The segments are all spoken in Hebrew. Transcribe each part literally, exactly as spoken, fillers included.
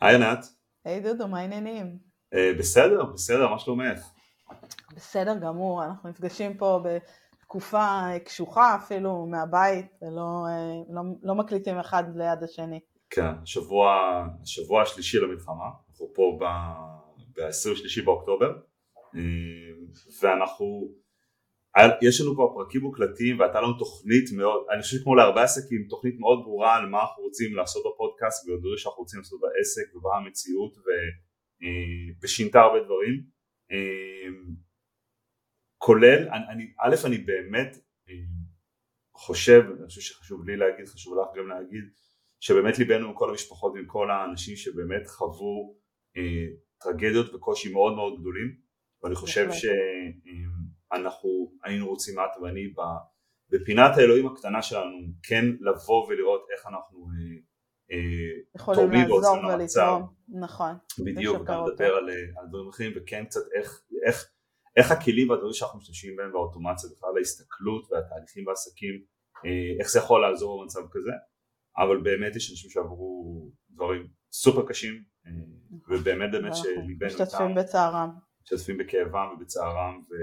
היי ענת. היי דודו, מה העניינים? בסדר, בסדר, מה שלומך? בסדר גמור, אנחנו נפגשים פה בתקופה קשוחה אפילו מהבית, ולא לא, לא מקליטים אחד ליד השני. כן, שבוע, השבוע השלישי למלחמה, אנחנו פה ב-עשרים ושלושה באוקטובר, ואנחנו, יש לנו כבר פרקים מוקלטים והייתה לנו תוכנית מאוד, אני חושב כמו להרבה עסקים, תוכנית מאוד ברורה על מה אנחנו רוצים לעשות בפודקאסט, ודברים שאנחנו רוצים לעשות בעסק ובה המציאות, ושינתה הרבה דברים. כולל, אני, א', אני באמת חושב, אני חושב שחשוב לי להגיד, חשוב לך גם להגיד, שבאמת ליבנו עם כל המשפחות ועם כל האנשים שבאמת חוו אה, טרגדיות וקושי מאוד מאוד גדולים, ואני חושב שאנחנו היינו רוצים את ואני בפינת האלוהים הקטנה שלנו כן לבוא ולראות איך אנחנו אה, אה, תורמים ועוצרים למצב, נכון, בדיוק, וגם לדבר על, על דברים אחרים, וכן קצת איך, איך איך הכלים והדברים שאנחנו משתמשים בהם באוטומציה, בכלל ההסתכלות והתהליכים בעסקים, איך זה יכול לעזור במצב כזה, אבל באמת יש אנשים שעברו דברים סופר קשים, ובאמת באמת שליבנו איתם, משתתפים בצערם, משתתפים בכאבם ובצערם, ו...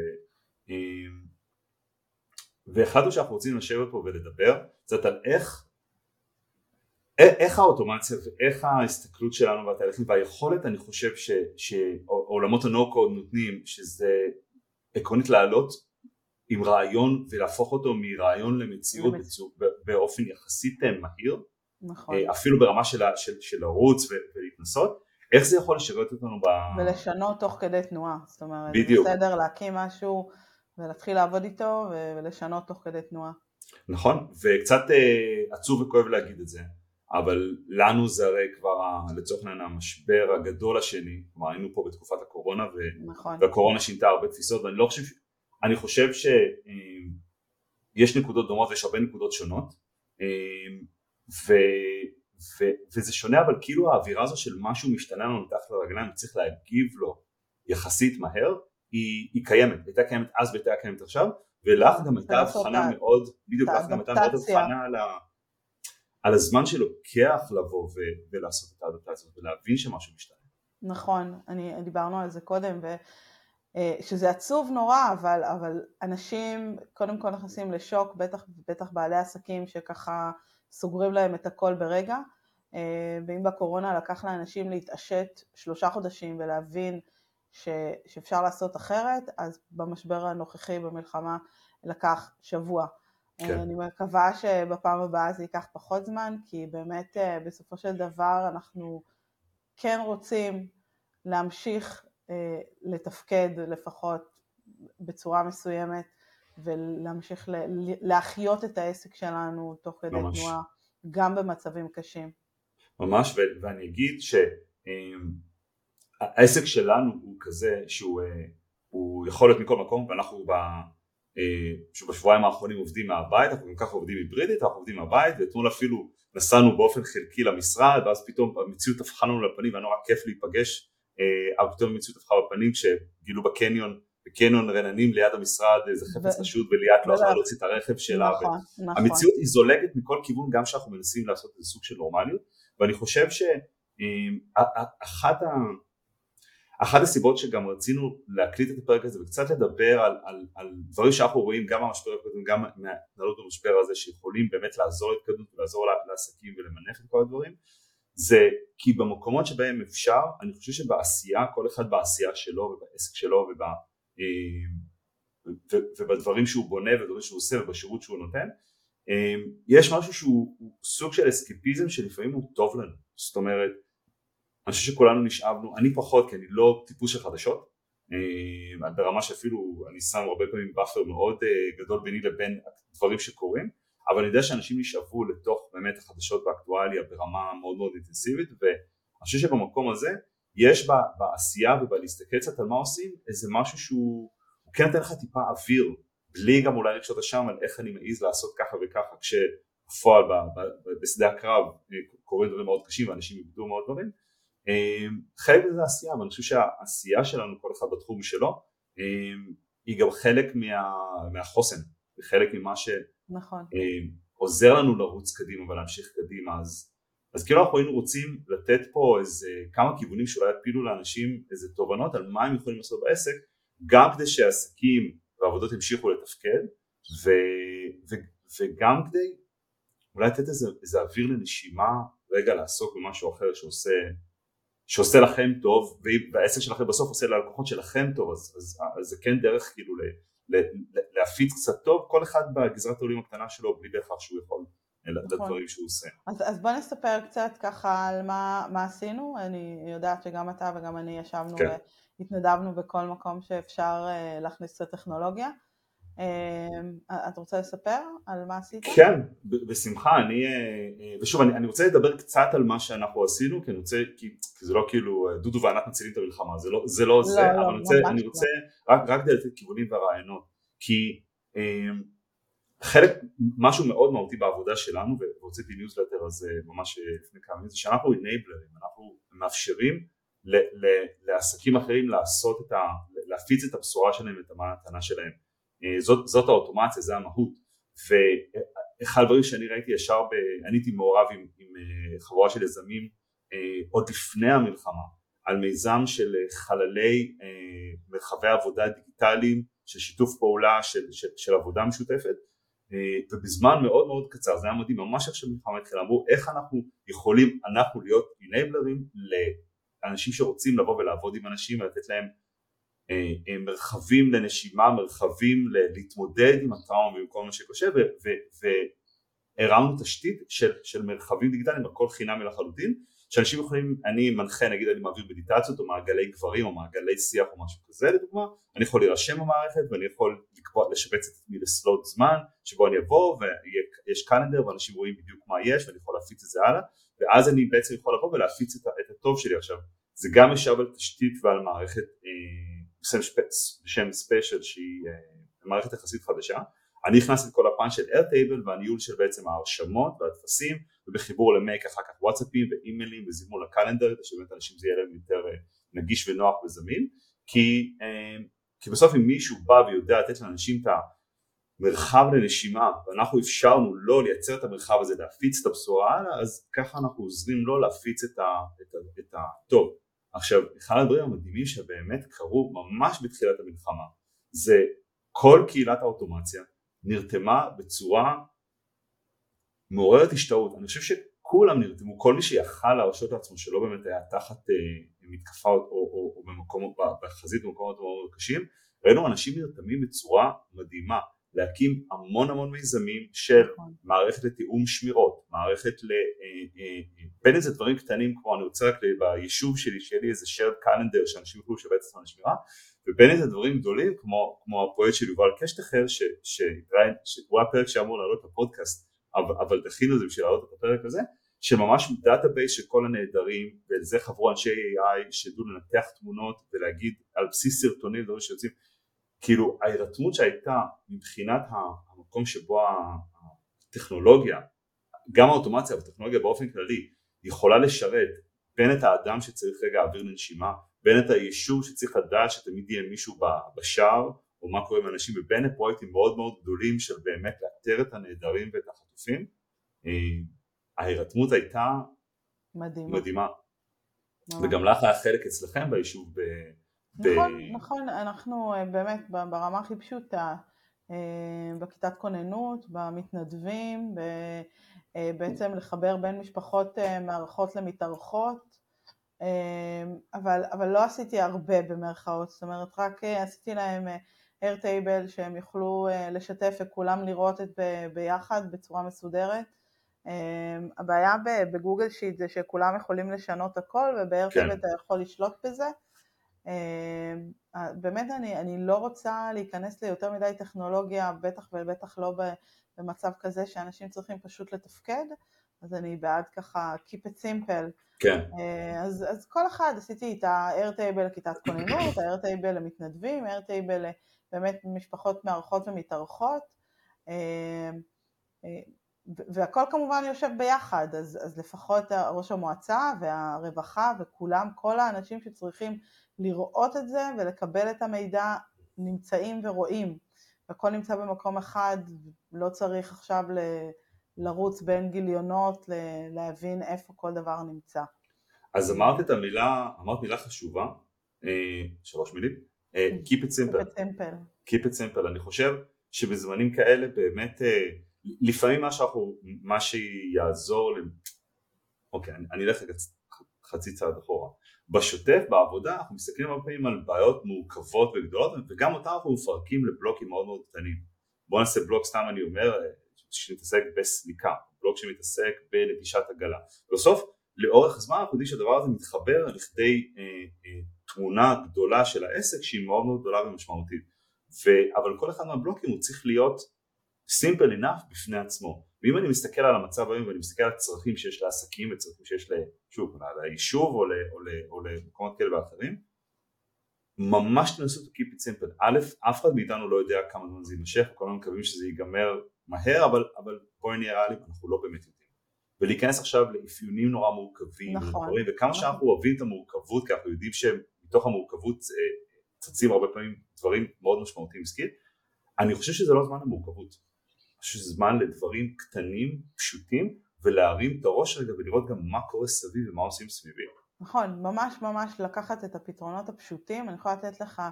והחלטנו שאנחנו רוצים לשבת פה ולדבר קצת על איך, איך האוטומציה ואיך ההסתכלות שלנו והתהליכים והיכולת, אני חושב ש, שעולמות ה-no-code נותנים, שזה עקרונית לעלות עם רעיון ולהפוך אותו מרעיון למציאות באופן יחסית מהיר, נכון. אפילו ברמה של, של, של לרוץ ולהתנסות, איך זה יכול לשרת אותנו ב... ולשנות תוך כדי תנועה, זאת אומרת, בדיוק. זה בסדר להקים משהו ולהתחיל לעבוד איתו ולשנות תוך כדי תנועה. נכון, וקצת עצוב וכואב להגיד את זה, אבל לנו זה הרי כבר לצורך העניין המשבר הגדול השני, כלומר היינו פה בתקופת הקורונה, ו... נכון. והקורונה שינתה הרבה תפיסות, ואני לא חושב, אני חושב שיש נקודות דומות ויש הרבה נקודות שונות, ו... ו... וזה שונה, אבל כאילו האווירה הזו של משהו משתנה לנו מתחת לרגליים וצריך להגיב לו יחסית מהר, היא, היא קיימת, הייתה קיימת אז והייתה קיימת עכשיו, ולך גם הייתה הבחנה מאוד, בדיוק לך גם הייתה מאוד הבחנה על, ה, על הזמן שלוקח לבוא ו, ולעשות את האדפטציה ולהבין שמשהו משתנה. נכון, אני, דיברנו על זה קודם, ו, שזה עצוב נורא, אבל, אבל אנשים קודם כל נכנסים לשוק, בטח, בטח בעלי עסקים שככה סוגרים להם את הכל ברגע, ואם בקורונה לקח לאנשים להתעשת שלושה חודשים ולהבין ש, שאפשר לעשות אחרת, אז במשבר הנוכחי במלחמה לקח שבוע. כן. אני מקווה שבפעם הבאה זה ייקח פחות זמן, כי באמת בסופו של דבר אנחנו כן רוצים להמשיך לתפקד לפחות בצורה מסוימת, ולהמשיך להחיות את העסק שלנו תוך כדי ממש. תנועה, גם במצבים קשים. ממש, ו- ואני אגיד ש... העסק שלנו הוא כזה שהוא הוא יכול להיות מכל מקום, ואנחנו בשבועיים האחרונים עובדים מהבית, אנחנו גם ככה עובדים היברידית, אנחנו עובדים מהבית, ואתמול אפילו נסענו באופן חלקי למשרד, ואז פתאום המציאות הפכה לנו לפנים, והיה נורא כיף להיפגש, אבל פתאום המציאות הפכה בפנים כשגילו בקניון, בקניון רננים ליד המשרד, איזה חפץ חשוד, וליאת לא יכולה להוציא את הרכב שלה, נכון, נכון. המציאות היא זולגת מכל כיוון, גם שאנחנו מנסים לעשות איזה סוג של נורמליות, ואני חושב שאחת ה... אחת הסיבות שגם רצינו להקליט את הפרק הזה וקצת לדבר על, על, על דברים שאנחנו רואים גם מהמשבר הקודם, גם מהתנהלות במשבר הזה, שיכולים באמת לעזור להתקדמות ולעזור לעסקים ולמנף את כל הדברים, זה כי במקומות שבהם אפשר, אני חושב שבעשייה, כל אחד בעשייה שלו ובעסק שלו וב, ובדברים שהוא בונה ובדברים שהוא עושה ובשירות שהוא נותן, יש משהו שהוא סוג של אסקפיזם שלפעמים הוא טוב לנו, זאת אומרת, אני חושב שכולנו נשאבנו, אני פחות כי אני לא טיפוס של חדשות, ברמה שאפילו אני שם הרבה פעמים באפר מאוד גדול ביני לבין דברים שקורים, אבל אני יודע שאנשים נשאבו לתוך באמת החדשות והאקטואליה ברמה מאוד מאוד אינטנסיבית, ואני חושב שבמקום הזה יש בעשייה ובלהסתכל קצת על מה עושים איזה משהו שהוא כן נותן לך טיפה אוויר, בלי גם אולי רגשות אשם על איך אני מעיז לעשות ככה וככה, כשבפועל בשדה הקרב קורים דברים מאוד קשים ואנשים איבדו מאוד דברים, חלק מזה עשייה, אבל אני חושב שהעשייה שלנו, כל אחד בתחום שלו, היא גם חלק מה, מהחוסן, היא חלק ממה שעוזר נכון. לנו לרוץ קדימה ולהמשיך קדימה, אז אז כאילו אנחנו היינו רוצים לתת פה איזה כמה כיוונים שאולי יפילו לאנשים איזה תובנות על מה הם יכולים לעשות בעסק, גם כדי שהעסקים והעבודות ימשיכו לתפקד, ו, ו, וגם כדי אולי לתת איזה, איזה אוויר לנשימה, רגע לעסוק במשהו אחר שעושה, שעושה לכם טוב, והעסק שלכם בסוף עושה ללקוחות שלכם טוב, אז, אז, אז זה כן דרך כאילו ל, ל, ל, להפיץ קצת טוב, כל אחד בגזרת העולים הקטנה שלו, בלי בהכרח שהוא יכול לדברים שהוא עושה. אז, אז בוא נספר קצת ככה על מה, מה עשינו. אני יודעת שגם אתה וגם אני ישבנו כן. והתנדבנו בכל מקום שאפשר להכניס את הטכנולוגיה. את רוצה לספר על מה עשית? כן, בשמחה. אני, ושוב, אני, אני רוצה לדבר קצת על מה שאנחנו עשינו, כי אני רוצה, כי, כי זה לא כאילו דודו וענת מצילים את המלחמה, זה לא זה, לא לא, זה לא, אבל אני רוצה, אני רוצה לא. רק, רק כדי לתת כיוונים והרעיונות, כי חלק, משהו מאוד מהותי בעבודה שלנו, והוצאתי ניוזלטר הזה ממש לפני כמה ימים, זה שאנחנו אנייבלרים, אנחנו מאפשרים ל, ל, לעסקים אחרים לעשות את ה, להפיץ את הבשורה שלהם ואת המתנה שלהם. זאת, זאת האוטומציה, זה המהות. ואחד הדברים שאני ראיתי ישר, ב, אני הייתי מעורב עם, עם חבורה של יזמים עוד לפני המלחמה, על מיזם של חללי מרחבי עבודה דיגיטליים, של שיתוף פעולה, של, של, של עבודה משותפת, ובזמן מאוד מאוד קצר, זה היה מדהים, ממש עכשיו מלחמה התחילה, אמרו איך אנחנו יכולים, אנחנו להיות אנייבלרים לאנשים שרוצים לבוא ולעבוד עם אנשים, ולתת להם מרחבים לנשימה, מרחבים להתמודד עם הטראומה ועם כל מה שקושב, והרמנו תשתית של, של מרחבים דיגיטליים, הכל חינמי לחלוטין, שאנשים יכולים, אני מנחה, נגיד אני מעביר מדיטציות או מעגלי גברים או מעגלי שיח או משהו כזה לדוגמה, אני יכול להירשם במערכת ואני יכול לקבוע, לשבץ את עצמי לסלוט זמן שבו אני אבוא ויש קלנדר ואנשים רואים בדיוק מה יש ואני יכול להפיץ את זה הלאה, ואז אני בעצם יכול לבוא ולהפיץ את, את הטוב שלי. עכשיו זה גם ישב על תשתית ועל מערכת אה, בשם ספיישל שהיא אה, מערכת יחסית חדשה. אני הכנסתי את כל הפן של איירטייבל והניהול של בעצם ההרשמות והתפסים, ובחיבור למייק אחר כך וואטסאפים ואימיילים וזימון לקלנדר, שבאמת אנשים זה יהיה להם יותר נגיש ונוח וזמין, כי, כי בסוף אם מישהו בא ויודע לתת לאנשים את המרחב לנשימה, ואנחנו אפשרנו לו לייצר את המרחב הזה, להפיץ את הבשורה הלאה, אז ככה אנחנו עוזרים לו להפיץ את, ה, את, ה, את הטוב. עכשיו, אחד הדברים המדהימים שבאמת קרו ממש בתחילת המלחמה, זה כל קהילת האוטומציה, נרתמה בצורה מעוררת השתאות. אני חושב שכולם נרתמו, כל מי שיכל להרשות לעצמו שלא באמת היה תחת אה, מתקפה או, או, או במקום, בחזית במקומות מאוד קשים, ראינו אנשים נרתמים בצורה מדהימה, להקים המון המון מיזמים של מערכת לתיאום שמירות, מערכת ל... אה, אה, בין איזה דברים קטנים כמו אני רוצה רק ביישוב שלי, שיהיה לי איזה shared calendar שאנשים יוכלו לשבת עצמם לשמירה, ובין איזה דברים גדולים כמו, כמו הפרויקט של יובל קשטחר, ש, ש, שהוא הפרק שאמור לעלות לפודקאסט, אבל, אבל דחינו זה בשביל לעלות את הפרק הזה, שממש דאטאבייס של כל הנהדרים, ולזה חברו אנשי איי איי שידעו לנתח תמונות ולהגיד על בסיס סרטונים דברים שיוצאים, כאילו ההירתמות שהייתה מבחינת המקום שבו הטכנולוגיה, גם האוטומציה והטכנולוגיה באופן כללי, יכולה לשרת בין את האדם שצריך רגע אוויר לנשימה, בין את היישוב שצריך לדעת שתמיד יהיה מישהו בשער, או מה קורה עם אנשים, ובין הפרויקטים מאוד מאוד גדולים של באמת לאתר את הנהדרים ואת החטופים, ההירתמות הייתה מדהימה. מדהימה. וגם לך היה חלק אצלכם ביישוב ב... נכון, ב... נכון, אנחנו באמת ברמה הכי פשוטה, בכיתת כוננות, במתנדבים, בעצם לחבר בין משפחות מערכות למתארחות, אבל, אבל לא עשיתי הרבה במרכאות, זאת אומרת רק עשיתי להם איירטייבל שהם יוכלו לשתף וכולם לראות את זה ביחד בצורה מסודרת. הבעיה בגוגל שיט זה שכולם יכולים לשנות הכל, ובאיירטייבל אתה יכול לשלוט בזה. באמת אני, אני לא רוצה להיכנס ליותר מדי טכנולוגיה, בטח ובטח לא במצב כזה שאנשים צריכים פשוט לתפקד, אז אני בעד ככה keep it simple. כן. אז, אז כל אחד עשיתי את האיירטייבל לכיתת כוננות, האיירטייבל למתנדבים, האיירטייבל באמת משפחות מערכות ומתארחות, והכל כמובן יושב ביחד, אז, אז לפחות ראש המועצה והרווחה וכולם, כל האנשים שצריכים לראות את זה ולקבל את המידע נמצאים ורואים, והכל נמצא במקום אחד, לא צריך עכשיו לרוץ בין גיליונות, להבין איפה כל דבר נמצא. אז אמרת את המילה, אמרת מילה חשובה, אה, שלוש מילים, אה, keep it simple. keep it simple. keep it simple. אני חושב שבזמנים כאלה באמת, אה, לפעמים מה שאנחנו, מה שיעזור, אוקיי, אני, אני אלך חצי צעד אחורה. בשוטף, בעבודה, אנחנו מסתכלים הרבה פעמים על בעיות מורכבות וגדולות, וגם אותם אנחנו מפרקים לבלוקים מאוד מאוד קטנים. בוא נעשה בלוק, סתם אני אומר, שמתעסק בסליקה, בלוק שמתעסק בנטישת עגלה. בסוף, לאורך הזמן אנחנו יודעים שהדבר הזה מתחבר לכדי אה, אה, תמונה גדולה של העסק שהיא מאוד מאוד גדולה ומשמעותית. ו, אבל כל אחד מהבלוקים הוא צריך להיות simple enough בפני עצמו. ואם אני מסתכל על המצב היום ואני מסתכל על הצרכים שיש לעסקים וצרכים שיש לשוב, ליישוב או, ל, או, ל, או למקומות כאלה ואחרים, ממש תנסו to keep it simple. א', אף אחד מאיתנו לא יודע כמה זמן זה יימשך, כולנו מקווים שזה ייגמר מהר, אבל, אבל בואי נהיה ריאליים, אנחנו לא באמת יודעים. ולהיכנס עכשיו לאפיונים נורא מורכבים, נכון, ודברים, וכמה נכון. שאנחנו אוהבים את המורכבות, כי אנחנו יודעים שמתוך המורכבות צצים הרבה פעמים דברים מאוד משמעותיים עסקית, אני חושב שזה לא זמן המורכבות, אני חושב שזה זמן לדברים קטנים, פשוטים, ולהרים את הראש רגע ולראות גם מה קורה סביב ומה עושים סביבי. נכון, ממש ממש לקחת את הפתרונות הפשוטים. אני יכולה לתת לך,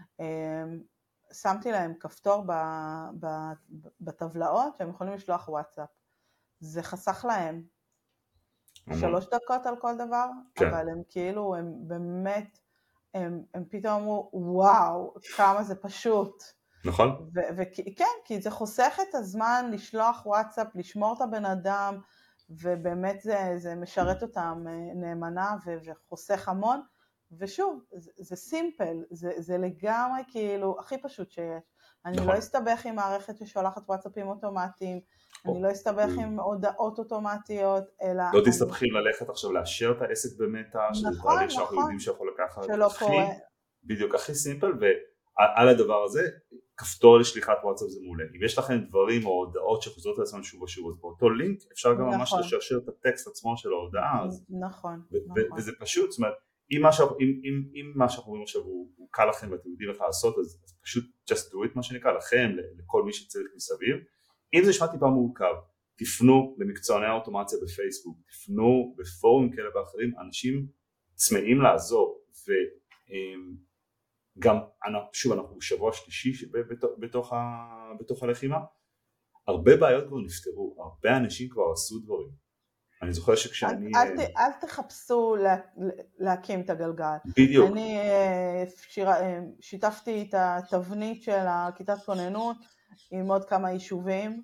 שמתי להם כפתור בטבלאות שהם יכולים לשלוח וואטסאפ. זה חסך להם שלוש דקות על כל דבר, כן. אבל הם כאילו, הם באמת, הם, הם פתאום אמרו, וואו, כמה זה פשוט. נכון. וכן, כי זה חוסך את הזמן לשלוח וואטסאפ, לשמור את הבן אדם, ובאמת זה, זה משרת אותם נאמנה וחוסך המון. ושוב, זה, זה סימפל, זה, זה לגמרי כאילו הכי פשוט שיש. אני נכון. לא אסתבך עם מערכת ששולחת וואטסאפים אוטומטיים, אני לא אסתבך עם הודעות אוטומטיות, אלא... לא תסתבכים ללכת עכשיו לאשר את העסק במטה, שזה תהליך שאנחנו יודעים שיכול לקחת. שלא קורה. בדיוק, הכי סימפל, ועל הדבר הזה, כפתור לשליחת וואטסאפ זה מעולה. אם יש לכם דברים או הודעות שחוזרות לעצמם שוב ושוב, אז באותו לינק אפשר גם ממש לשרשר את הטקסט עצמו של ההודעה. נכון. וזה פשוט, זאת אומרת, אם מה שאנחנו רואים עכשיו הוא קל לכם ואתם יודעים איך לעשות, אז פשוט just do it, מה שנקרא, לכם, לכל מי שצריך מסביב. אם זה נשמע טיפה מורכב, תפנו למקצועני האוטומציה בפייסבוק, תפנו בפורומים כאלה ואחרים, אנשים צמאים לעזור, וגם, שוב, אנחנו שבוע שלישי בתוך, בתוך הלחימה, הרבה בעיות כבר נפתרו, הרבה אנשים כבר עשו דברים. אני זוכר שכשאני... אל, אל, אל תחפשו לה, להקים את הגלגל. בדיוק. אני שיר, שיתפתי את התבנית של הכיתת כוננות עם עוד כמה יישובים,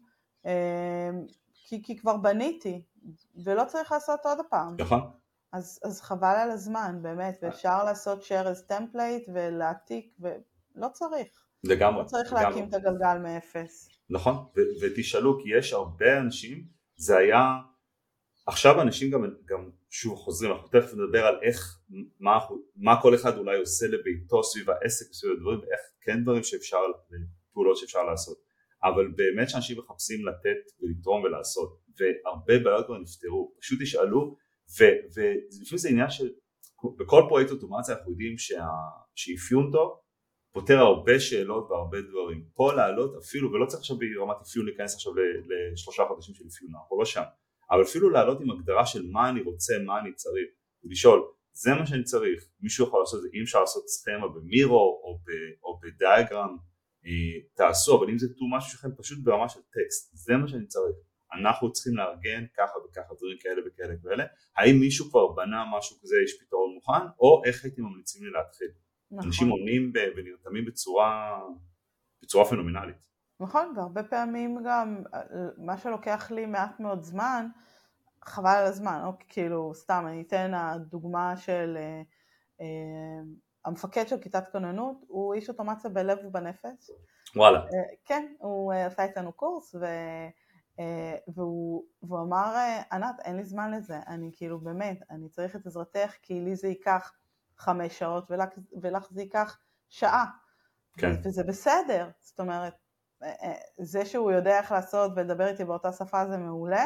כי, כי כבר בניתי, ולא צריך לעשות עוד הפעם. נכון. אז, אז חבל על הזמן, באמת, ואפשר לעשות share as template ולהעתיק, ולא צריך. לגמרי. לא צריך לגמרי. להקים את הגלגל מאפס. נכון, ו- ותשאלו, כי יש הרבה אנשים, זה היה... עכשיו אנשים גם, גם שוב חוזרים, אנחנו תכף נדבר על איך, מה, מה כל אחד אולי עושה לביתו סביב העסק, סביב הדברים, ואיך כן דברים שאפשר, פעולות שאפשר לעשות. אבל באמת שאנשים מחפשים לתת ולתרום ולעשות, והרבה בעיות כבר נפתרו, פשוט תשאלו, ולפעמים זה עניין של, בכל פרויקט אוטומציה אנחנו יודעים שה, שאפיון טוב, פותר הרבה שאלות והרבה דברים. פה לעלות אפילו, ולא צריך עכשיו ברמת אפיון להיכנס עכשיו לשלושה חודשים של אפיון, אנחנו לא שם. אבל אפילו לעלות עם הגדרה של מה אני רוצה, מה אני צריך, ולשאול, זה מה שאני צריך, מישהו יכול לעשות את זה, אם אפשר לעשות סכמה במירו או, ב, או בדיאגרם, אה, תעשו, אבל אם זה תו משהו שלכם פשוט ברמה של טקסט, זה מה שאני צריך, אנחנו צריכים לארגן ככה וככה, דברים כאלה וכאלה וכאלה, האם מישהו כבר בנה משהו כזה, יש פתרון מוכן, או איך הייתם ממליצים לי להתחיל. נכון. אנשים עונים ונרתמים בצורה, בצורה פנומנלית. נכון, והרבה פעמים גם מה שלוקח לי מעט מאוד זמן, חבל על הזמן, או כאילו סתם אני אתן הדוגמה של אה, אה, המפקד של כיתת כוננות, הוא איש אוטומציה בלב ובנפש. וואלה. אה, כן, הוא אה, עשה איתנו קורס, ו, אה, והוא, והוא אמר, ענת, אין לי זמן לזה, אני כאילו באמת, אני צריך את עזרתך, כי לי זה ייקח חמש שעות, ולך, ולך זה ייקח שעה. כן. וזה בסדר, זאת אומרת, זה שהוא יודע איך לעשות ולדבר איתי באותה שפה זה מעולה,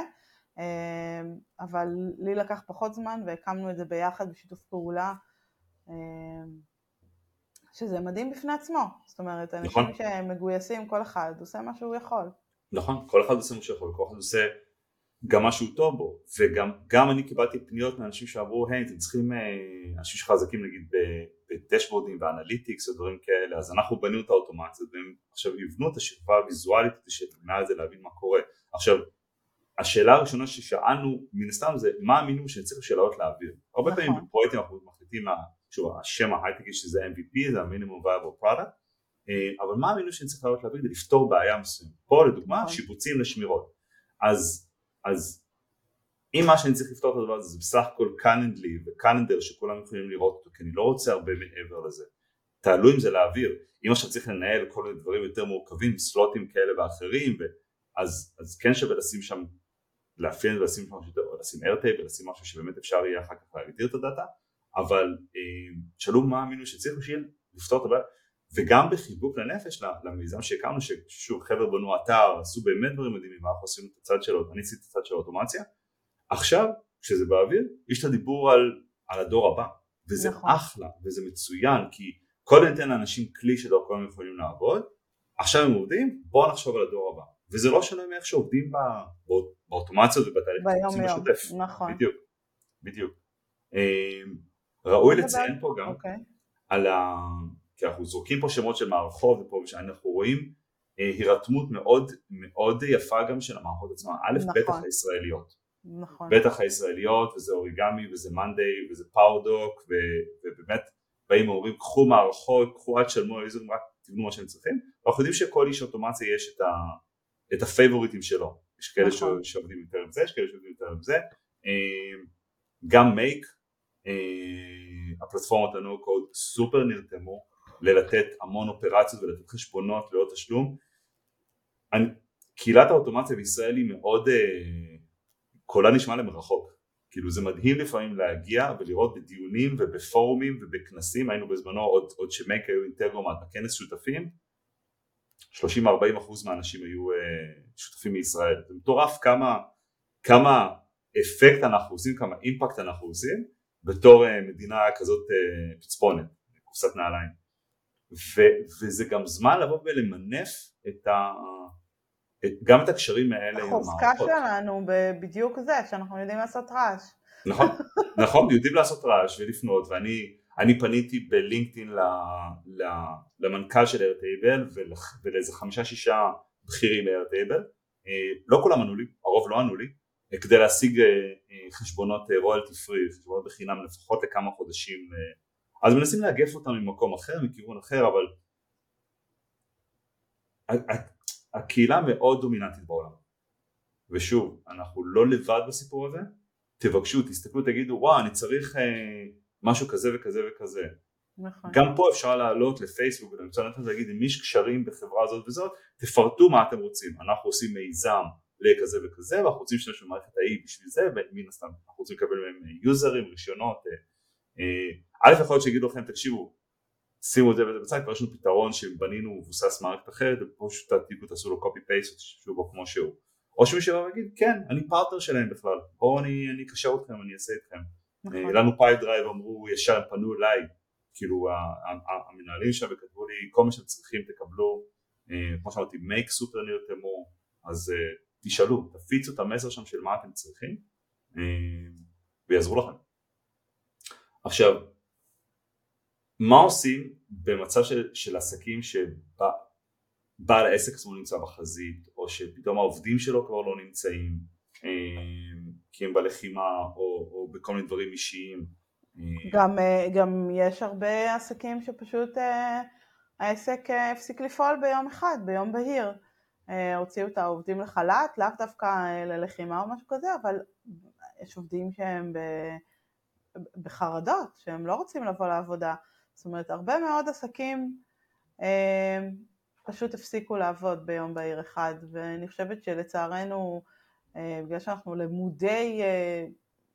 אבל לי לקח פחות זמן והקמנו את זה ביחד בשיתוף פעולה, שזה מדהים בפני עצמו. זאת אומרת, אנשים שמגויסים, כל אחד עושה מה שהוא יכול. נכון, כל אחד עושה מה שהוא יכול, כל אחד עושה גם משהו טוב בו, וגם גם אני קיבלתי פניות מאנשים שאמרו, היי, אתם צריכים, אנשים שחזקים נגיד בדשבורדים ואנליטיקס או דברים כאלה, אז אנחנו בנינו את האוטומציות, והם עכשיו יבנו את השכבה הוויזואלית, שתמנע את זה להבין מה קורה. עכשיו, השאלה הראשונה ששאלנו, מן הסתם זה, מה המינימום שאני צריך שאלות להעביר? הרבה נכון. פעמים בפרויקטים אנחנו מחליטים, שוב, השם ההייטקי שזה אם וי פי, זה ה-Minimum Viable Product, אבל מה המינימום שאני צריך שאלות להעביר? זה לפתור בעיה מסוים. פה לדוגמה, נכון. שיפוצים לשמירות. אז אז אם מה שאני צריך לפתור את הדבר הזה זה בסך הכל קלנדלי וקלנדר שכולם יכולים לראות אותו, כי אני לא רוצה הרבה מעבר לזה, תעלו עם זה לאוויר. אם עכשיו צריך לנהל כל מיני דברים יותר מורכבים, סלוטים כאלה ואחרים, אז, אז כן שווה לשים שם, לאפיין ולשים שם משהו, או לשים איירטייב ולשים משהו שבאמת אפשר יהיה אחר כך להגדיר את הדאטה, אבל שאלו מה המינוי שצריך בשביל לפתור את הבעיה, וגם בחיבוק לנפש למיזם שהקמנו, ששוב חבר'ה בנו אתר, עשו באמת דברים מדהימים, אנחנו עשינו את הצד שלו, אני עשיתי את הצד של האוטומציה, עכשיו כשזה באוויר, יש את הדיבור על, על הדור הבא, וזה נכון. אחלה, וזה מצוין, כי קודם ניתן לאנשים כלי שדרכו הם יכולים לעבוד, עכשיו הם עובדים, בואו נחשוב על הדור הבא, וזה לא שונה מאיך שעובדים בא, באוטומציות ובתהליך, עושים בשוטף, נכון. בדיוק, בדיוק. ראוי לציין פה גם okay. על ה... כי אנחנו זורקים פה שמות של מערכות, ופה ושאנחנו רואים אה, הירתמות מאוד מאוד יפה גם של המערכות עצמה, א' נכון. בטח הישראליות, נכון. בטח הישראליות, וזה אוריגמי, וזה מנדי, וזה פאודוק, ובאמת באים ואומרים, קחו מערכות, קחו עד שלמו, איזה רק תבנו מה שהם צריכים, ואנחנו יודעים שכל איש אוטומציה יש את, ה, את הפייבוריטים שלו, יש כאלה נכון. שעובדים יותר עם זה, יש כאלה שעובדים יותר עם זה, אה, גם מייק, אה, הפלטפורמות לנו קוד סופר נרתמו, ללתת המון אופרציות ולתת חשבונות ללא תשלום. אני, קהילת האוטומציה בישראל היא מאוד, אה, קולה נשמע למרחוק. כאילו זה מדהים לפעמים להגיע ולראות בדיונים ובפורומים ובכנסים, היינו בזמנו עוד, עוד שמייק היו אינטגרומט בכנס שותפים, שלושים ארבעים אחוז מהאנשים היו אה, שותפים מישראל. זה מטורף כמה, כמה אפקט אנחנו עושים, כמה אימפקט אנחנו עושים, בתור אה, מדינה כזאת אה, פצפונת, קופסת נעליים. ו- וזה גם זמן לבוא ולמנף את ה- את, גם את הקשרים האלה עם המערכות. החוזקה שלנו בדיוק זה, שאנחנו יודעים לעשות רעש. נכון, נכון, יודעים לעשות רעש ולפנות, ואני אני פניתי בלינקדאין ל, ל, למנכ"ל של איירטייבל ולאיזה חמישה שישה בכירים מאיירטייבל, לא כולם ענו לי, הרוב לא ענו לי, כדי להשיג חשבונות רויאלטי פרי, חשבונות בחינם לפחות לכמה חודשים, אז מנסים לאגף אותם ממקום אחר, מכיוון אחר, אבל הקהילה מאוד דומיננטית בעולם. ושוב, אנחנו לא לבד בסיפור הזה, תבקשו, תסתכלו, תגידו, וואו, אני צריך אה, משהו כזה וכזה וכזה. נכון. גם פה אפשר לעלות לפייסבוק ולמצוא נתן להגיד, אם יש קשרים בחברה הזאת וזאת, תפרטו מה אתם רוצים. אנחנו עושים מיזם לכזה וכזה, ואנחנו רוצים שנשתמש במערכת ה-E בשביל זה, ומן הסתם אנחנו רוצים לקבל מהם יוזרים, רישיונות, א' יכול להיות שיגידו לכם, תקשיבו, שימו את זה וזה בצד, כבר יש לנו פתרון שבנינו מבוסס מערכת אחרת, ופשוט תעתיקו, תעשו לו קופי פייסט, תשתמשו בו כמו שהוא. או שמישהו יבוא ויגיד, כן, אני פרטנר שלהם בכלל, בואו אני, אני אקשר אתכם, אני אעשה אתכם. נכון. לנו פייפ דרייב אמרו, ישר פנו אליי, כאילו המנהלים שם וכתבו לי, כל מה שאתם צריכים תקבלו, כמו שאמרתי, make super נרתמו, אז תשאלו, תפיצו את המסר שם של מה אתם צריכים, ויעזרו לכם. עכשיו, מה עושים במצב של, של עסקים שבעל העסק עצמו נמצא בחזית, או שפתאום העובדים שלו כבר לא נמצאים, כי הם בלחימה, או, או בכל מיני דברים אישיים? גם, גם יש הרבה עסקים שפשוט העסק הפסיק לפעול ביום אחד, ביום בהיר. הוציאו את העובדים לחל"ת, לאו דווקא ללחימה או משהו כזה, אבל יש עובדים שהם ב... בחרדות, שהם לא רוצים לבוא לעבודה. זאת אומרת, הרבה מאוד עסקים אה, פשוט הפסיקו לעבוד ביום בהיר אחד, ואני חושבת שלצערנו, אה, בגלל שאנחנו למודי, אה,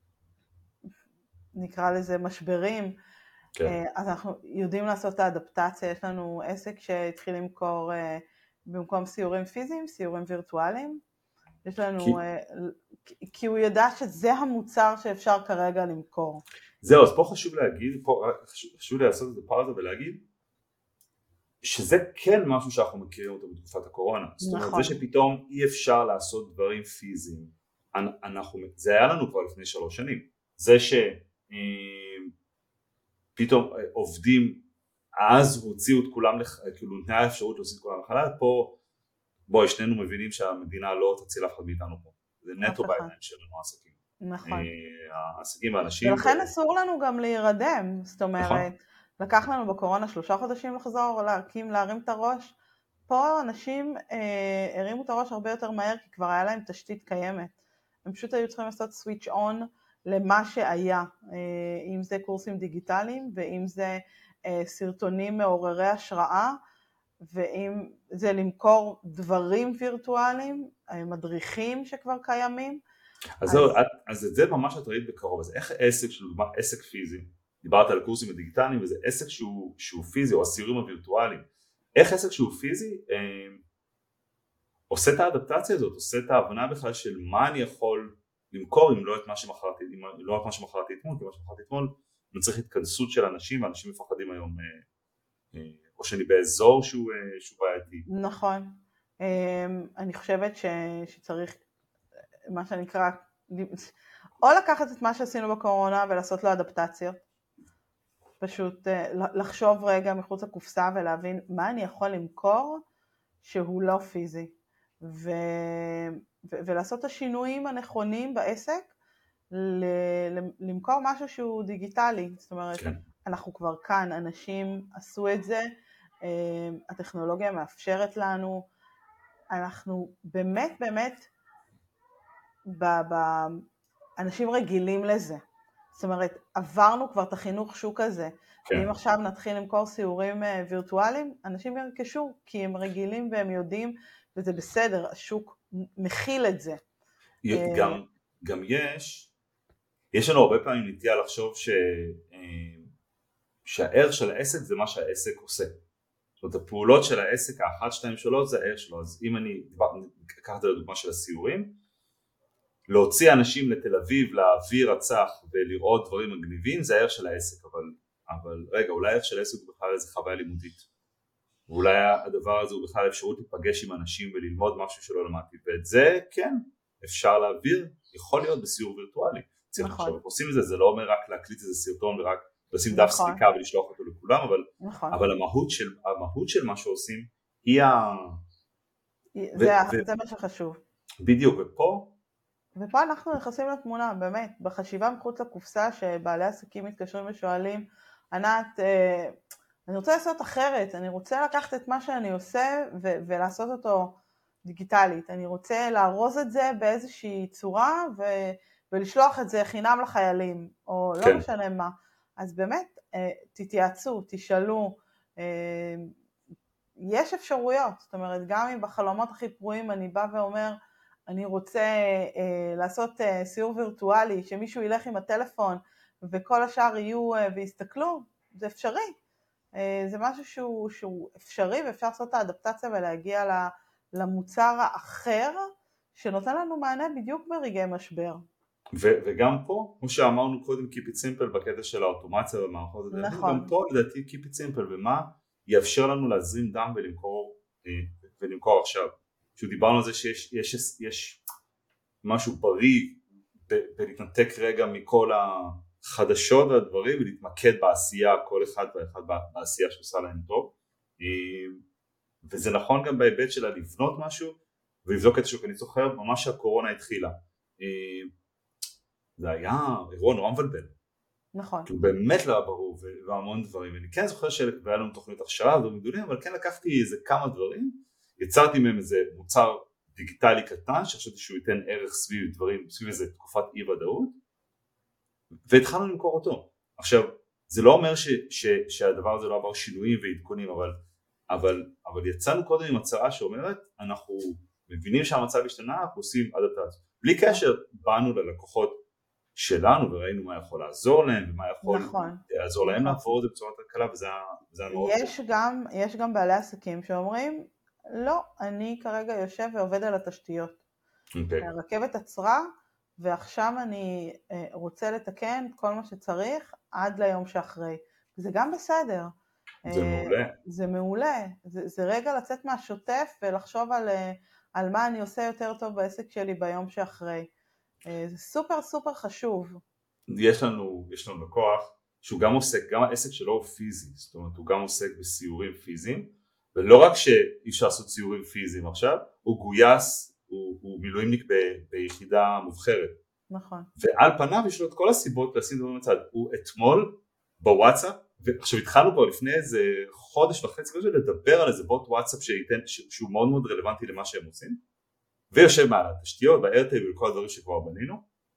נקרא לזה משברים, כן. אה, אז אנחנו יודעים לעשות את האדפטציה. יש לנו עסק שהתחיל למכור אה, במקום סיורים פיזיים, סיורים וירטואליים, יש לנו, כי... כי הוא ידע שזה המוצר שאפשר כרגע למכור. זהו, אז פה חשוב להגיד, פה חשוב לי לעשות את זה פאוזה ולהגיד, שזה כן משהו שאנחנו מכירים אותו בתקופת הקורונה. זאת אומרת, זה שפתאום אי אפשר לעשות דברים פיזיים, אנחנו, זה היה לנו כבר לפני שלוש שנים, זה שפתאום עובדים, אז הוציאו את כולם, כאילו נתנה האפשרות להוציא את כולם לחל"ת, פה בואי שנינו מבינים שהמדינה לא תציל אף אחד מאיתנו פה, זה נטו בידיים שלנו העסקים. נכון. העסקים והאנשים. ולכן אסור לנו גם להירדם, זאת אומרת, לקח לנו בקורונה שלושה חודשים לחזור, להקים, להרים את הראש, פה אנשים אה, הרימו את הראש הרבה יותר מהר, כי כבר היה להם תשתית קיימת. הם פשוט היו צריכים לעשות סוויץ' און למה שהיה, אה, אם זה קורסים דיגיטליים, ואם זה אה, סרטונים מעוררי השראה, ואם זה למכור דברים וירטואליים, אה, מדריכים שכבר קיימים. אז, אז... זהו, אז את זה ממש את ראית בקרוב, אז איך עסק, שלדוגמה עסק פיזי, דיברת על קורסים הדיגיטליים, וזה עסק שהוא, שהוא פיזי, או הסיורים הווירטואליים, איך עסק שהוא פיזי אה, עושה את האדפטציה הזאת, עושה את ההבנה בכלל של מה אני יכול למכור אם לא את מה שמכרתי, אם לא את מה שמכרתי אתמול, כי מה שמכרתי אתמול, אני צריך התכנסות של אנשים, ואנשים מפחדים היום, אה, אה, או שאני באזור שהוא, אה, שהוא בעייתי. נכון, אה, אני חושבת ש, שצריך, מה שנקרא, או לקחת את מה שעשינו בקורונה ולעשות לו אדפטציות, פשוט לחשוב רגע מחוץ לקופסה ולהבין מה אני יכול למכור שהוא לא פיזי, ו... ו... ולעשות את השינויים הנכונים בעסק, ל... למכור משהו שהוא דיגיטלי, זאת אומרת, כן. אנחנו כבר כאן, אנשים עשו את זה, הטכנולוגיה מאפשרת לנו, אנחנו באמת באמת, ב... ב... אנשים רגילים לזה, זאת אומרת, עברנו כבר את החינוך שוק הזה, כן. ואם עכשיו נתחיל למכור סיורים וירטואליים, אנשים ירכשו, כי הם רגילים והם יודעים, וזה בסדר, השוק מכיל את זה. גם, גם יש, יש לנו הרבה פעמים נטייה לחשוב ש, שהערך של העסק זה מה שהעסק עושה. זאת אומרת, הפעולות של העסק, האחת, שתיים, שלוש, זה הערך שלו. אז אם אני אקח את זה לדוגמה של הסיורים, להוציא אנשים לתל אביב, להעביר רצח ולראות דברים מגניבים, זה הערך של העסק, אבל, אבל רגע, אולי הערך של העסק הוא בכלל איזה חוויה לימודית. ואולי הדבר הזה הוא בכלל אפשרות להיפגש עם אנשים וללמוד משהו שלא למדתי, ואת זה כן, אפשר להעביר, יכול להיות בסיור וירטואלי. נכון. עכשיו, עושים את זה, זה לא אומר רק להקליט איזה סרטון ורק לשים דף נכון. סריקה ולשלוח אותו לכולם, אבל, נכון. אבל המהות של, המהות של מה שעושים היא ה... זה, ו- זה ו- מה שחשוב. בדיוק, ופה ופה אנחנו נכנסים לתמונה, באמת, בחשיבה מחוץ לקופסה שבעלי עסקים מתקשרים ושואלים, ענת, אה, אני רוצה לעשות אחרת, אני רוצה לקחת את מה שאני עושה ו- ולעשות אותו דיגיטלית, אני רוצה לארוז את זה באיזושהי צורה ו- ולשלוח את זה חינם לחיילים, או כן. לא משנה מה. אז באמת, אה, תתייעצו, תשאלו, אה, יש אפשרויות, זאת אומרת, גם אם בחלומות הכי פרועים אני בא ואומר, אני רוצה אה, לעשות אה, סיור וירטואלי, שמישהו ילך עם הטלפון וכל השאר יהיו אה, ויסתכלו, זה אפשרי. אה, זה משהו שהוא, שהוא אפשרי ואפשר לעשות את האדפטציה ולהגיע למוצר האחר, שנותן לנו מענה בדיוק ברגעי משבר. ו- וגם פה, כמו שאמרנו קודם, keep it simple בקטע של האוטומציה ומערכות, נכון. גם פה לדעתי keep it simple, ומה יאפשר לנו להזרים דם ולמכור, אה, ולמכור עכשיו. שדיברנו על זה שיש יש, יש משהו בריא ב- בלהתנתק רגע מכל החדשות והדברים ולהתמקד בעשייה, כל אחד ואחד בעשייה שעושה להם טוב, וזה נכון גם בהיבט שלה לבנות משהו ולבדוק את השוק. אני זוכר ממש שהקורונה התחילה, זה היה אירוע נורא מבלבל, נכון, כי הוא באמת לא היה ברור והמון דברים, ואני כן זוכר שהיה לנו תוכנית הכשרה ודברים גדולים, אבל כן לקחתי איזה כמה דברים, יצרתי מהם איזה מוצר דיגיטלי קטן, שחשבתי שהוא ייתן ערך סביב דברים, סביב איזה תקופת אי ודאות, והתחלנו למכור אותו. עכשיו, זה לא אומר ש, ש, שהדבר הזה לא עבר שינויים ועדכונים, אבל, אבל, אבל יצאנו קודם עם הצעה שאומרת, אנחנו מבינים שהמצב השתנה, אנחנו עושים אדפטציה. בלי קשר, באנו ללקוחות שלנו וראינו מה יכול לעזור להם, ומה יכול נכון. לעזור להם נכון. לעבור את זה בצורה יותר קלה, וזה היה מאוד יש טוב. גם, יש גם בעלי עסקים שאומרים, לא, אני כרגע יושב ועובד על התשתיות. Okay. הרכבת עצרה, ועכשיו אני רוצה לתקן כל מה שצריך עד ליום שאחרי. זה גם בסדר. זה מעולה. זה מעולה. זה, זה רגע לצאת מהשוטף ולחשוב על, על מה אני עושה יותר טוב בעסק שלי ביום שאחרי. זה סופר סופר חשוב. יש לנו, יש לנו לקוח שהוא גם עוסק, גם העסק שלו הוא פיזי, זאת אומרת הוא גם עוסק בסיורים פיזיים, ולא רק שאי אפשר לעשות סיורים פיזיים עכשיו, הוא גויס, הוא, הוא מילואימניק ב, ביחידה מובחרת. נכון. ועל פניו יש לו את כל הסיבות לשים דברים בצד. הוא אתמול בוואטסאפ, ועכשיו התחלנו כבר לפני איזה חודש וחצי כזה לדבר על איזה בוט וואטסאפ שייתן, שהוא מאוד מאוד רלוונטי למה שהם עושים, ויושב מעל התשתיות, ב-Airtable וכל הדברים שכבר בנינו,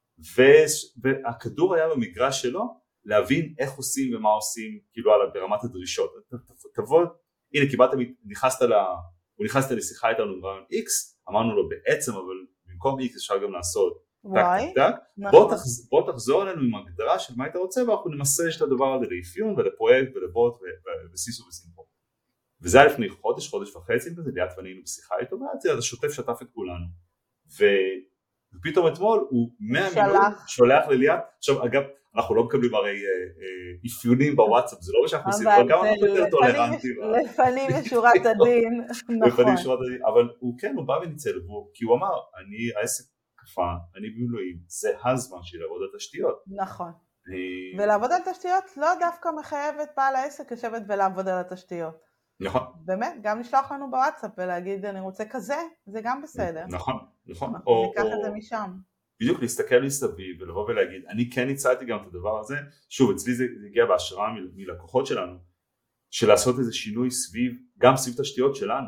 והכדור היה במגרש שלו להבין איך עושים ומה עושים, כאילו ברמת הדרישות. תבוא, הנה קיבלת, נכנסת לה, הוא נכנסת לשיחה איתנו ברעיון X, אמרנו לו בעצם, אבל במקום X אפשר גם לעשות טק טק טק, בוא, תחז, בוא תחזור אלינו עם הגדרה של מה היית רוצה, ואנחנו נמסש את הדבר הזה לאפיון ולפרויקט ולבוט וסיסו וסימפו. וזה היה לפני חודש, חודש וחצי, וזה ליאת ואני היינו בשיחה איתו, ואז השוטף שטף את כולנו. ו... ופתאום אתמול הוא מאה מיליון שולח לליאת, עכשיו אגב, אנחנו לא מקבלים הרי אפיונים בוואטסאפ, זה לא מה שאנחנו עושים, אבל גם אנחנו יותר טולרנטים. לפנים משורת הדין, נכון. אבל הוא כן, הוא בא וניצל, כי הוא אמר, אני העסק קפה, אני במילואים, זה הזמן של לעבוד על תשתיות. נכון. ולעבוד על תשתיות לא דווקא מחייב את בעל העסק לשבת ולעבוד על התשתיות. נכון. באמת, גם לשלוח לנו בוואטסאפ ולהגיד אני רוצה כזה, זה גם בסדר. נכון, נכון. אנחנו ניקח את זה משם. בדיוק, להסתכל מסביב ולבוא ולהגיד, אני כן הצעתי גם את הדבר הזה, שוב, אצלי זה הגיע בהשראה מלקוחות שלנו, של לעשות איזה שינוי סביב, גם סביב תשתיות שלנו,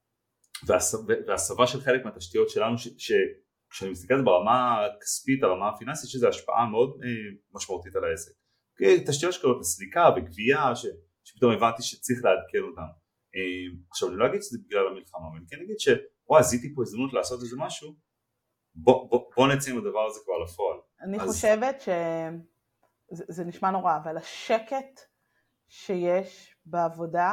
והסבה של חלק מהתשתיות שלנו, כשאני מסתכל על זה ברמה הכספית, הרמה הפיננסית, שזה השפעה מאוד משמעותית על העסק. תשתיות שקולות לסליקה וגבייה, שפתאום הבנתי שצריך לעדכן אותם. עכשיו, אני לא אגיד שזה בגלל המלחמה, אבל אני כן אגיד שוואי, זיתי פה הזדמנות לעשות איזה משהו, בוא, בוא, בוא נצא עם הדבר הזה כבר לפועל. אני אז... חושבת שזה זה נשמע נורא, אבל השקט שיש בעבודה,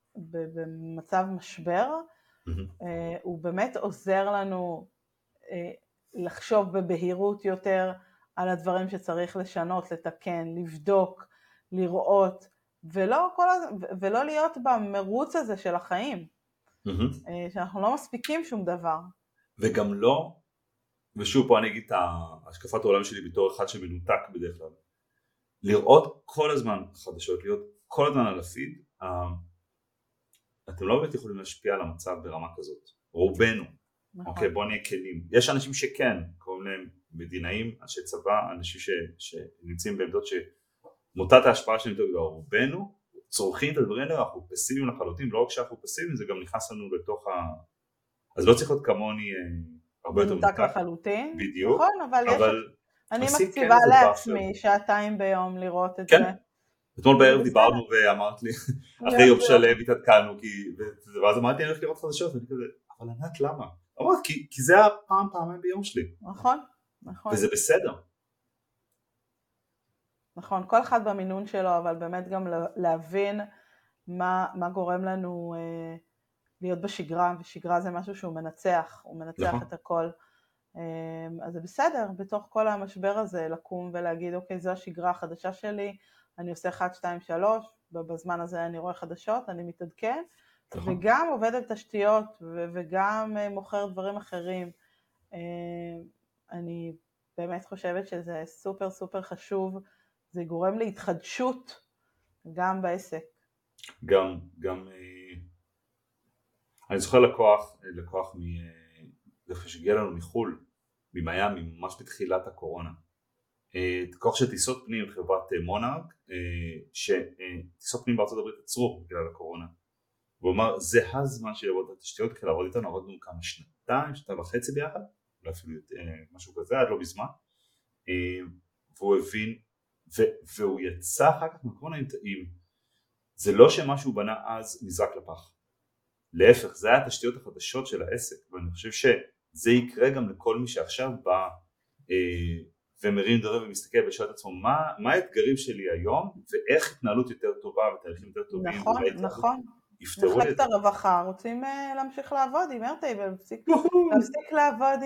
במצב משבר, mm-hmm. הוא באמת עוזר לנו לחשוב בבהירות יותר על הדברים שצריך לשנות, לתקן, לבדוק, לראות, ולא, כל, ולא להיות במרוץ הזה של החיים, mm-hmm. שאנחנו לא מספיקים שום דבר. וגם לא, ושוב פה אני אגיד את השקפת העולם שלי בתור אחד שמנותק בדרך כלל, לראות כל הזמן חדשות, להיות כל הזמן על הפיד, אתם לא באמת יכולים להשפיע על המצב ברמה כזאת, רובנו, נכון. אוקיי, בוא נהיה כנים. יש אנשים שכן, קוראים להם מדינאים, אנשי צבא, אנשים ש, שנמצאים בעמדות שמוטת ההשפעה שלהם יותר גדולה, רובנו צורכים את הדברים האלה, אנחנו פסימיים לחלוטין, לא רק שאנחנו פסימיים, זה גם נכנס לנו לתוך ה... אז לא צריך להיות כמוני הרבה יותר מנותק לחלוטין. בדיוק. נכון, אבל, אבל יש... אני מקציבה לעצמי שעתיים ביום לראות את כן. זה. אתמול בערב דיברנו ואמרת לי, אחרי יום שלם התעדכנו, ואז אמרתי אני הולך לראות חדשות, ואני כזה, אבל ענת למה? אמרת, כי, כי זה הפעם פעמיים ביום שלי. נכון, נכון. וזה בסדר. נכון, כל אחד במינון שלו, אבל באמת גם להבין מה, מה גורם לנו אה, להיות בשגרה, ושגרה זה משהו שהוא מנצח, הוא מנצח נכון. את הכל. אה, אז זה בסדר, בתוך כל המשבר הזה, לקום ולהגיד, אוקיי, זו השגרה החדשה שלי, אני עושה אחת, שתיים, שלוש, ובזמן הזה אני רואה חדשות, אני מתעדכן, נכון. וגם עובד על תשתיות, ו- וגם מוכר דברים אחרים. אה, אני באמת חושבת שזה סופר סופר חשוב, זה גורם להתחדשות גם בעסק. גם, גם, אני זוכר לקוח, לקוח שהגיע לנו מחול, ממיימי, ממש בתחילת הקורונה. לקוח של טיסות פנים, חברת מונארק, שטיסות פנים בארצות הברית עצרו בגלל הקורונה. והוא אמר, זה הזמן של לעבוד התשתיות, כי לעבוד איתנו עבדנו כמה שנתיים, שנתיים וחצי ביחד, אולי אפילו משהו כזה, עד לא בזמן. והוא הבין, והוא יצא אחר כך מקורונה עם טעים. זה לא שמה שהוא בנה אז נזרק לפח. להפך, זה היה התשתיות החדשות של העסק, ואני חושב שזה יקרה גם לכל מי שעכשיו בא ומרים דברים ומסתכל ושואל את עצמו, מה, מה האתגרים שלי היום, ואיך התנהלות יותר טובה ותהליכים יותר טובים. נכון, נכון. מחלקת הרווחה, רוצים להמשיך לעבוד עם Airtable, להפסיק לעבוד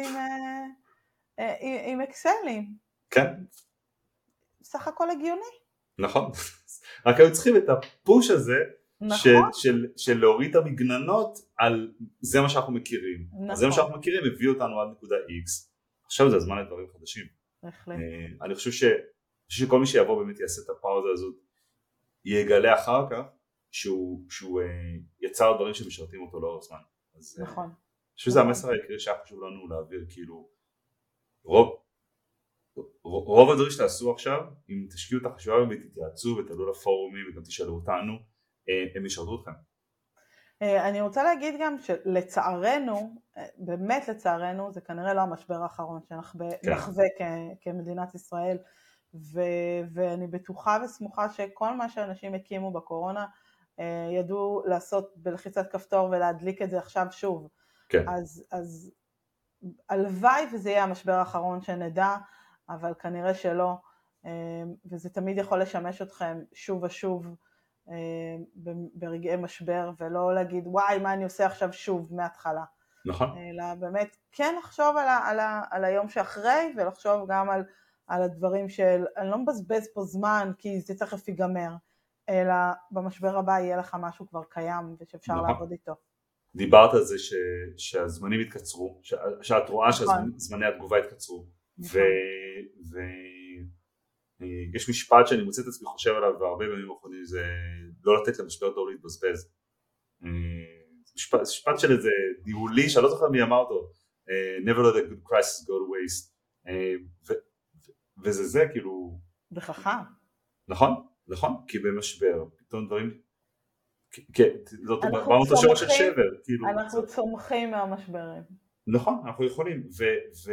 עם אקסלים. כן. סך הכל הגיוני. נכון. רק היו צריכים את הפוש הזה, של להוריד את המגננות על זה מה שאנחנו מכירים. זה מה שאנחנו מכירים, הביא אותנו עד נקודה X. עכשיו זה הזמן לדברים חדשים. בהחלט. אני חושב ש... שכל מי שיבוא באמת יעשה את הפאוזה הזאת, יגלה אחר כך שהוא, שהוא uh, יצר דברים שמשרתים אותו לאורך זמן. אז, נכון. אני חושב שזה המסר העיקרי שהיה חשוב לנו להעביר, כאילו, רוב, רוב הדברים שתעשו עכשיו, אם תשקיעו את החשיבה ותתייעצו ותעלו לפורומים וגם תשאלו אותנו, הם ישרתו אתכם. אני רוצה להגיד גם שלצערנו, באמת לצערנו, זה כנראה לא המשבר האחרון שאנחנו נחווה כמדינת ישראל, ואני בטוחה וסמוכה שכל מה שאנשים הקימו בקורונה, ידעו לעשות בלחיצת כפתור ולהדליק את זה עכשיו שוב. כן. אז, אז הלוואי וזה יהיה המשבר האחרון שנדע, אבל כנראה שלא, וזה תמיד יכול לשמש אתכם שוב ושוב ברגעי משבר, ולא להגיד וואי מה אני עושה עכשיו שוב מההתחלה. נכון. אלא באמת כן לחשוב על, ה, על, ה, על היום שאחרי, ולחשוב גם על, על הדברים של אני לא מבזבז פה זמן כי זה תכף ייגמר, אלא במשבר הבא יהיה לך משהו כבר קיים ושאפשר נכון. לעבוד איתו. דיברת על זה ש, שהזמנים התקצרו, ש, שאת רואה נכון. שהזמני התגובה התקצרו, נכון. ו... ו... יש משפט שאני מוצא את עצמי חושב עליו והרבה בימים האחרונים, זה לא לתת למשבר טוב להתבזבז. משפט, משפט של איזה ניהולי שאני לא זוכר מי אמר אותו, never let a good crisis go to waste, ו, וזה זה כאילו זה חכם. נכון, נכון, כי במשבר פתאום דברים זאת באותו שורש של שבר, אנחנו צומחים מהמשברים. נכון, אנחנו יכולים, ו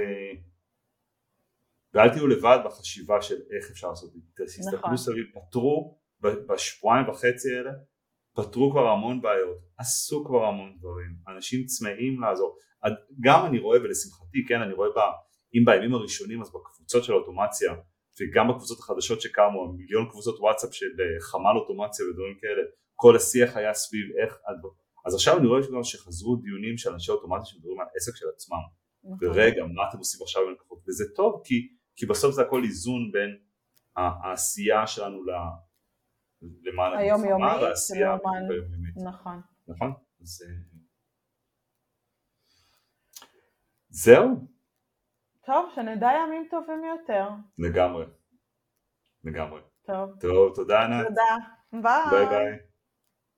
ואל תהיו לבד בחשיבה של איך אפשר לעשות את זה. תסתכלו סביב, פתרו בשבועיים וחצי האלה, פתרו כבר המון בעיות, עשו כבר המון דברים, אנשים צמאים לעזור. גם אני רואה, ולשמחתי, כן, אני רואה בה, אם בימים הראשונים, אז בקבוצות של האוטומציה, וגם בקבוצות החדשות שקמו, מיליון קבוצות וואטסאפ של חמ"ל אוטומציה ודברים כאלה, כל השיח היה סביב איך, אז עכשיו אני רואה שגם שחזרו דיונים של אנשי אוטומציה שמדברים על עסק של עצמם, ורגע, מה אתם עושים עכשיו עם לקוחות? וזה טוב, כי כי בסוף זה הכל איזון בין העשייה שלנו למען המלחמה והעשייה היומיומית. נכון. נכון? אז זהו. טוב, שנדע ימים טובים יותר. לגמרי. לגמרי. טוב. טוב, תודה ענת. תודה. ביי. ביי ביי.